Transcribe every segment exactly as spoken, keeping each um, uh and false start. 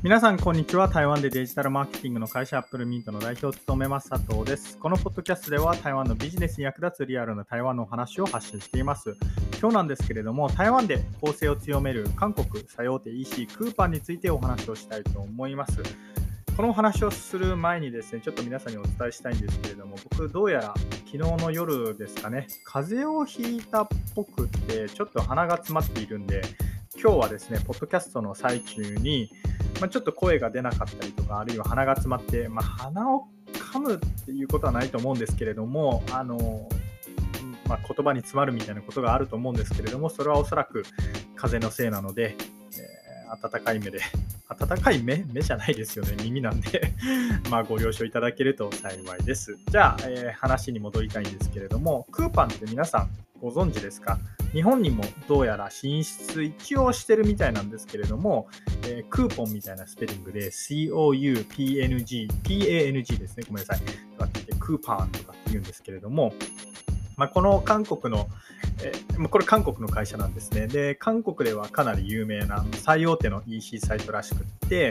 皆さんこんにちは。台湾でデジタルマーケティングの会社アップルミントの代表を務めます佐藤です。このポッドキャストでは台湾のビジネスに役立つリアルな台湾のお話を発信しています。今日なんですけれども、台湾で攻勢を強める韓国最大手 イーシー クーパンについてお話をしたいと思います。このお話をする前にですね、ちょっと皆さんにお伝えしたいんですけれども、僕どうやら昨日の夜ですかね、風邪をひいたっぽくってちょっと鼻が詰まっているんで、今日はですね、ポッドキャストの最中にまあ、ちょっと声が出なかったりとか、あるいは鼻が詰まって、まあ、鼻を噛むっていうことはないと思うんですけれども、あの、まあ、言葉に詰まるみたいなことがあると思うんですけれども、それはおそらく風邪のせいなので、えー、温かい目で、温かい目目じゃないですよね、耳なんでまあご了承いただけると幸いです。じゃあ、えー、話に戻りたいんですけれども、クーパンって皆さんご存知ですか？日本にもどうやら進出一応してるみたいなんですけれども、えー、クーポンみたいなスペリングで シーオーユーピーエヌジー、ピーエーエヌジー ですね、ごめんなさい。クーパンとかって言うんですけれども、まあ、この韓国の、えー、これ韓国の会社なんですね。で、韓国ではかなり有名な最大手の イーシー サイトらしくって、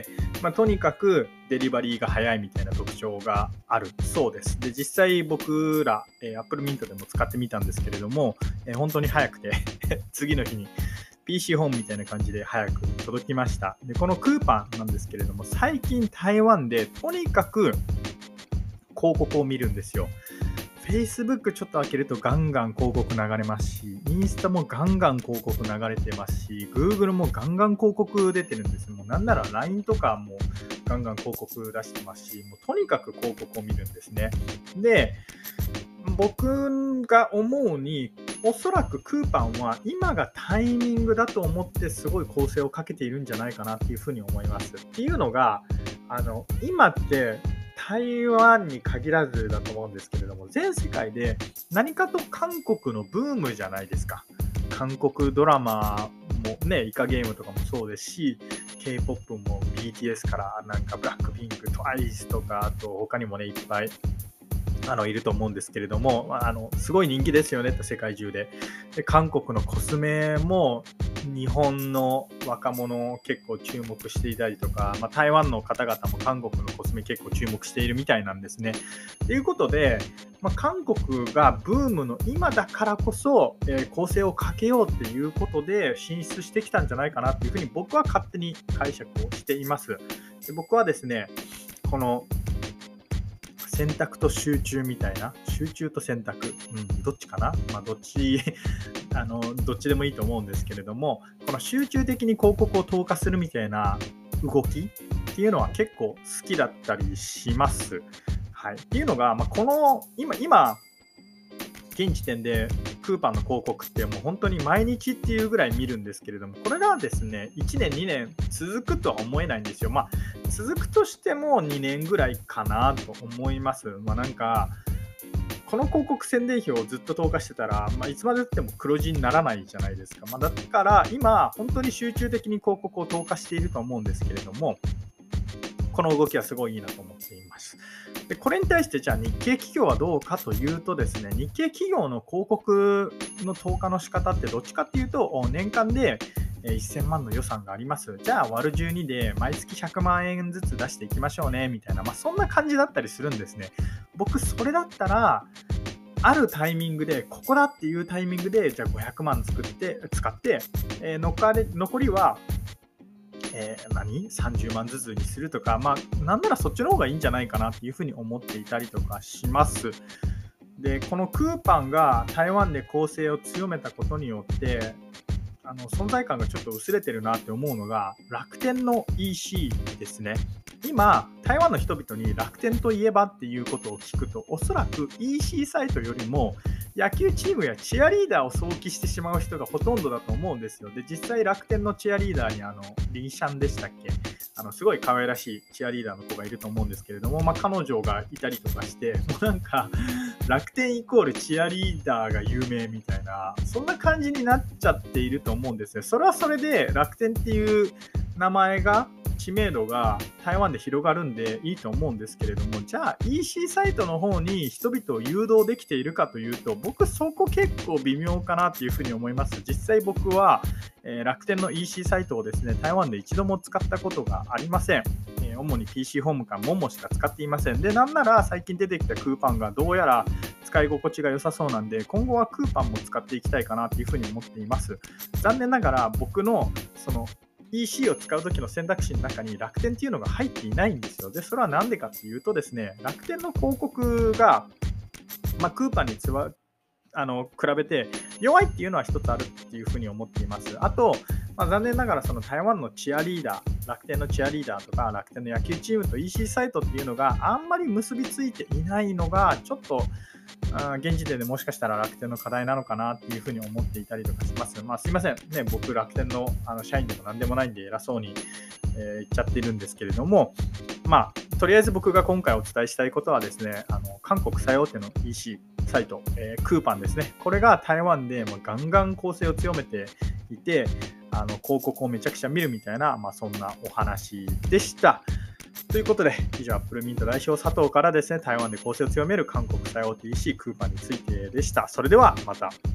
まあ、とにかくデリバリーが早いみたいな特徴があるそうです。で、実際僕ら、えー、Apple Mint でも使ってみたんですけれども、えー、本当に早くて次の日に ピーシー ホームみたいな感じで早く届きました。で、このクーパンなんですけれども、最近台湾でとにかく広告を見るんですよ。Facebook ちょっと開けるとガンガン広告流れますし、インスタもガンガン広告流れてますし、Google もガンガン広告出てるんです。もうなんなら ライン とかもガンガン広告出してますし、もうとにかく広告を見るんですね。で、僕が思うに、おそらくクーパンは今がタイミングだと思ってすごい攻勢をかけているんじゃないかなっていうふうに思います。っていうのが、あの今って台湾に限らずだと思うんですけれども、全世界で何かと韓国のブームじゃないですか。韓国ドラマもね、イカゲームとかもそうですし、K-ポップ も ビーティーエス からなんかブラックピンク、トワイスとか、あと他にもね、いっぱいあのいると思うんですけれども、あのすごい人気ですよねって世界中で。で、韓国のコスメも日本の若者を結構注目していたりとか、まあ、台湾の方々も韓国のコスメ結構注目しているみたいなんですね。ということで、まあ、韓国がブームの今だからこそ、えー、攻勢をかけようっていうことで進出してきたんじゃないかなっていうふうに僕は勝手に解釈をしています。で、僕はですね、この選択と集中みたいな、集中と選択、うん、どっちかな、まあ、どっちあのどっちでもいいと思うんですけれども、この集中的に広告を投下するみたいな動きっていうのは結構好きだったりします。はい、っていうのが、まあ、この今今現時点でクーパンの広告ってもう本当に毎日っていうぐらい見るんですけれども、これがですねいちねんにねん続くとは思えないんですよ。まあ続くとしてもにねんぐらいかなと思います。まあなんかこの広告宣伝費をずっと投下してたら、まあ、いつまでたっても黒字にならないじゃないですか。まあ、だから今本当に集中的に広告を投下していると思うんですけれども、この動きはすごいいいなと思っています。で、これに対してじゃあ日系企業はどうかというとですね、日系企業の広告の投下の仕方ってどっちかっていうと、年間でせんまんの予算があります。じゃあ割るじゅうにで毎月ひゃくまんえんずつ出していきましょうねみたいな、まあ、そんな感じだったりするんですね。僕それだったらあるタイミングでここだっていうタイミングでじゃあごひゃくまん作って使って、えー、残り残りはえー、何さんじゅうまんずつにするとか、まあ、なんならそっちの方がいいんじゃないかなっていうふうに思っていたりとかします。で、このクーパンが台湾で攻勢を強めたことによってあの存在感がちょっと薄れてるなって思うのが楽天の イーシー ですね。今台湾の人々に楽天といえばっていうことを聞くと、おそらく イーシー サイトよりも野球チームやチアリーダーを想起してしまう人がほとんどだと思うんですよ。で、実際楽天のチアリーダーにあのリンシャンでしたっけ、あのすごい可愛らしいチアリーダーの子がいると思うんですけれども、まあ、彼女がいたりとかして、もうなんか楽天イコールチアリーダーが有名みたいな、そんな感じになっちゃっていると思うんですよ。それはそれで楽天っていう名前が知名度が台湾で広がるんでいいと思うんですけれども、じゃあ イーシー サイトの方に人々を誘導できているかというと、僕そこ結構微妙かなっていうふうに思います。実際僕はえー、楽天の イーシー サイトをですね、台湾で一度も使ったことがありません。えー、主に ピーシー ホームかモモしか使っていません。で、なんなら最近出てきたクーパンがどうやら使い心地が良さそうなんで、今後はクーパンも使っていきたいかなというふうに思っています。残念ながら僕のそのイーシー を使うときの選択肢の中に楽天っていうのが入っていないんですよ。で、それはなんでかっていうとですね、楽天の広告が、まあ、クーパーにつわあの比べて弱いっていうのは一つあるっていうふうに思っています。あと、まあ、残念ながらその台湾のチアリーダー、楽天のチアリーダーとか楽天の野球チームと イーシー サイトっていうのがあんまり結びついていないのがちょっとあ現時点でもしかしたら楽天の課題なのかなっていうふうに思っていたりとかします。まあ、すいませんね、僕楽天のあの社員でも何でもないんで偉そうに、えー、言っちゃっているんですけれども、まあとりあえず僕が今回お伝えしたいことはですね、あの韓国最大手の イーシーサイト、えー、クーパンですね。これが台湾でもうガンガン攻勢を強めていて、あの広告をめちゃくちゃ見るみたいな、まあ、そんなお話でした。ということで、以上、アップルミント代表佐藤からですね、台湾で攻勢を強める韓国最大手 イーシー クーパンについてでした。それではまた。